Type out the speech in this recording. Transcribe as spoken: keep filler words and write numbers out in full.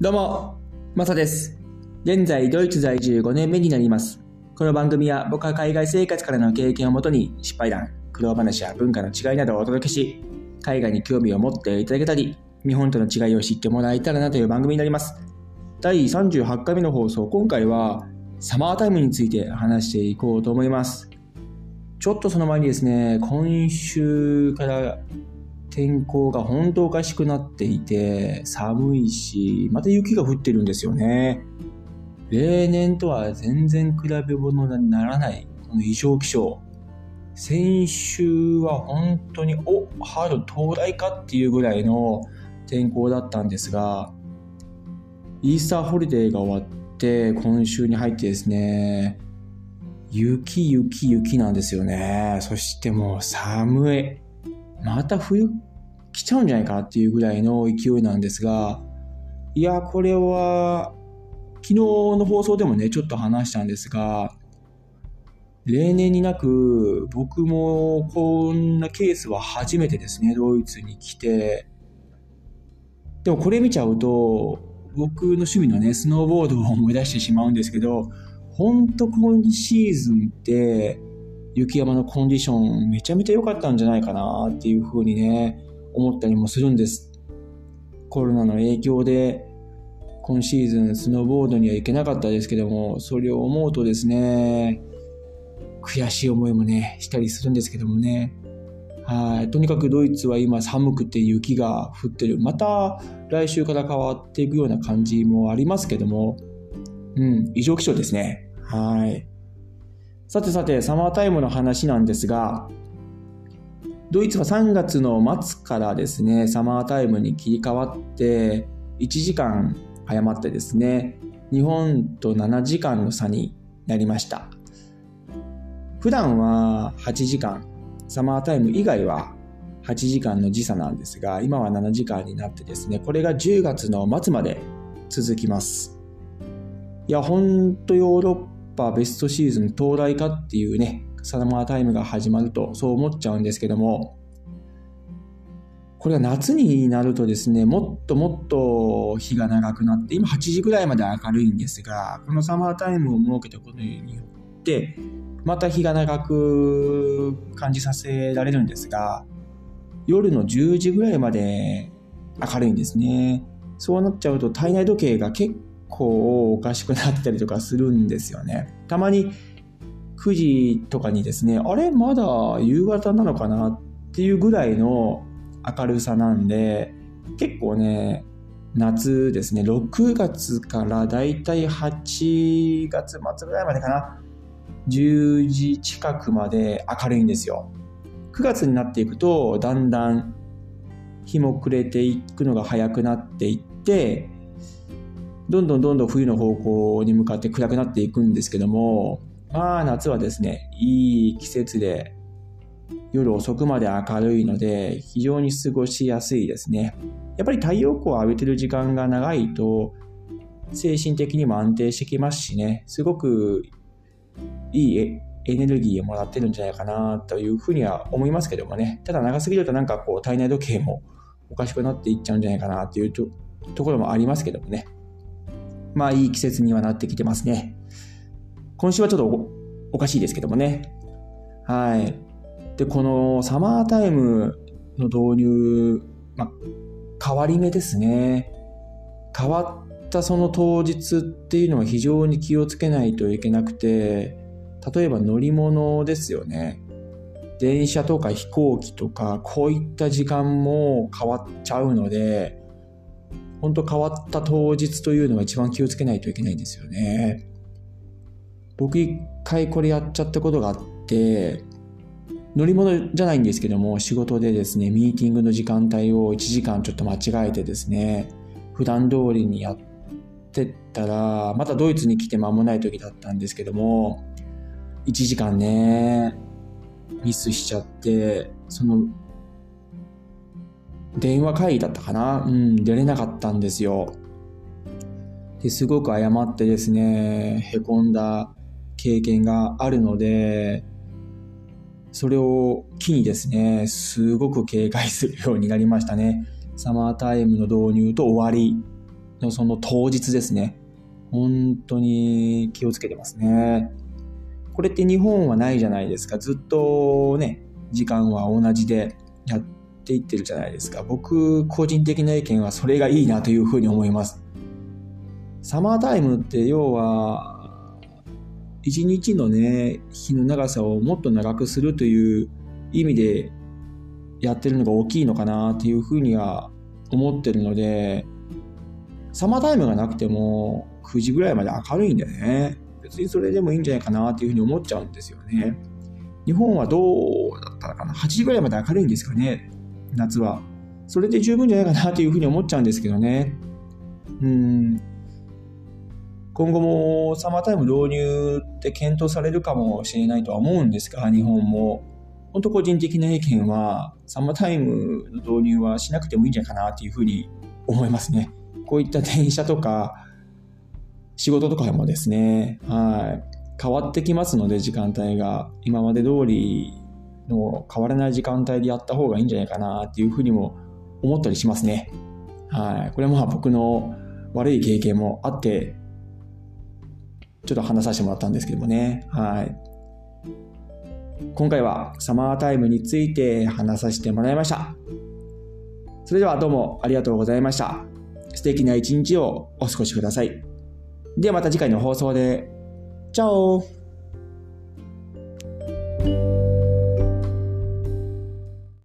どうも、マサです。現在、ドイツ在住ごねんめになります。この番組は僕は海外生活からの経験をもとに失敗談、苦労話や文化の違いなどをお届けし、海外に興味を持っていただけたり、日本との違いを知ってもらえたらなという番組になります。だいさんじゅうはちかいめの放送、今回はサマータイムについて話していこうと思います。ちょっとその前にですね、今週から天候が本当おかしくなっていて寒いし、また雪が降ってるんですよね。例年とは全然比べ物にならないこの異常気象。先週は本当にお春到来かっていうぐらいの天候だったんですが、イースターホリデーが終わって今週に入ってですね、雪雪雪なんですよね。そしてもう寒い、また冬来ちゃうんじゃないかっていうぐらいの勢いなんですが、いやこれは昨日の放送でもねちょっと話したんですが、例年になく僕もこんなケースは初めてですね。ドイツに来て、でもこれ見ちゃうと僕の趣味のねスノーボードを思い出してしまうんですけど、本当今シーズンって雪山のコンディションめちゃめちゃ良かったんじゃないかなっていう風にね思ったりもするんです。コロナの影響で今シーズンスノーボードには行けなかったですけども、それを思うとですね、悔しい思いもねしたりするんですけどもね。はい、とにかくドイツは今寒くて雪が降ってる。また来週から変わっていくような感じもありますけども、うん異常気象ですね。はい。さてさて、サマータイムの話なんですが、ドイツはさんがつの末からですねサマータイムに切り替わっていちじかん早まってですね、日本とななじかんの差になりました。普段ははちじかん、サマータイム以外ははちじかんの時差なんですが、今はななじかんになってですね、これがじゅうがつの末まで続きます。いやほんとヨーロッパベストシーズン到来かっていうね、サマータイムが始まるとそう思っちゃうんですけども、これが夏になるとですね、もっともっと日が長くなって、今はちじぐらいまで明るいんですが、このサマータイムを設けたことによってまた日が長く感じさせられるんですが、夜のじゅうじぐらいまで明るいんですね。そうなっちゃうと体内時計が結構おかしくなったりとかするんですよね。たまにくじとかにですね、あれまだ夕方なのかなっていうぐらいの明るさなんで、結構ね夏ですね、ろくがつからだいたいはちがつ末ぐらいまでかな、じゅうじ近くまで明るいんですよ。くがつになっていくとだんだん日も暮れていくのが早くなっていって、どんどんどんどん冬の方向に向かって暗くなっていくんですけども、まあ夏はですねいい季節で夜遅くまで明るいので非常に過ごしやすいですね。やっぱり太陽光を浴びてる時間が長いと精神的にも安定してきますしね、すごくいいエネルギーをもらってるんじゃないかなというふうには思いますけどもね。ただ長すぎるとなんかこう体内時計もおかしくなっていっちゃうんじゃないかなという と, ところもありますけどもね。まあいい季節にはなってきてますね。今週はちょっと お, おかしいですけどもね。はい。でこのサマータイムの導入、まあ、変わり目ですね。変わったその当日っていうのは非常に気をつけないといけなくて、例えば乗り物ですよね。電車とか飛行機とかこういった時間も変わっちゃうので、本当変わった当日というのが一番気をつけないといけないんですよね。僕一回これやっちゃったことがあって、乗り物じゃないんですけども、仕事でですねミーティングの時間帯をいちじかんちょっと間違えてですね、普段通りにやってったら、またドイツに来て間もない時だったんですけども、いちじかんねミスしちゃって、その電話会議だったかな、うん、出れなかったんですよ。ですごく謝ってですね、へこんだ経験があるので、それを機にですね、すごく警戒するようになりましたね。サマータイムの導入と終わりのその当日ですね。本当に気をつけてますね。これって日本はないじゃないですか。ずっとね、時間は同じでやっていってるじゃないですか。僕個人的な意見はそれがいいなというふうに思います。サマータイムって要は一日のね、日の長さをもっと長くするという意味でやってるのが大きいのかなっていうふうには思ってるので、サマータイムがなくてもくじぐらいまで明るいんでね、別にそれでもいいんじゃないかなっていうふうに思っちゃうんですよね。日本はどうだったのかな、はちじぐらいまで明るいんですかね、夏は。それで十分じゃないかなっていうふうに思っちゃうんですけどね。うーん今後もサマータイム導入って検討されるかもしれないとは思うんですが、日本も本当個人的な意見はサマータイムの導入はしなくてもいいんじゃないかなっていうふうに思いますね。こういった電車とか仕事とかもですね、はい、変わってきますので、時間帯が今まで通りの変わらない時間帯でやった方がいいんじゃないかなっていうふうにも思ったりしますね。はい、これはまあ僕の悪い経験もあってちょっと話させてもらったんですけどもね。はい。今回はサマータイムについて話させてもらいました。それではどうもありがとうございました。素敵な一日をお過ごしください。ではまた次回の放送で。チャオ。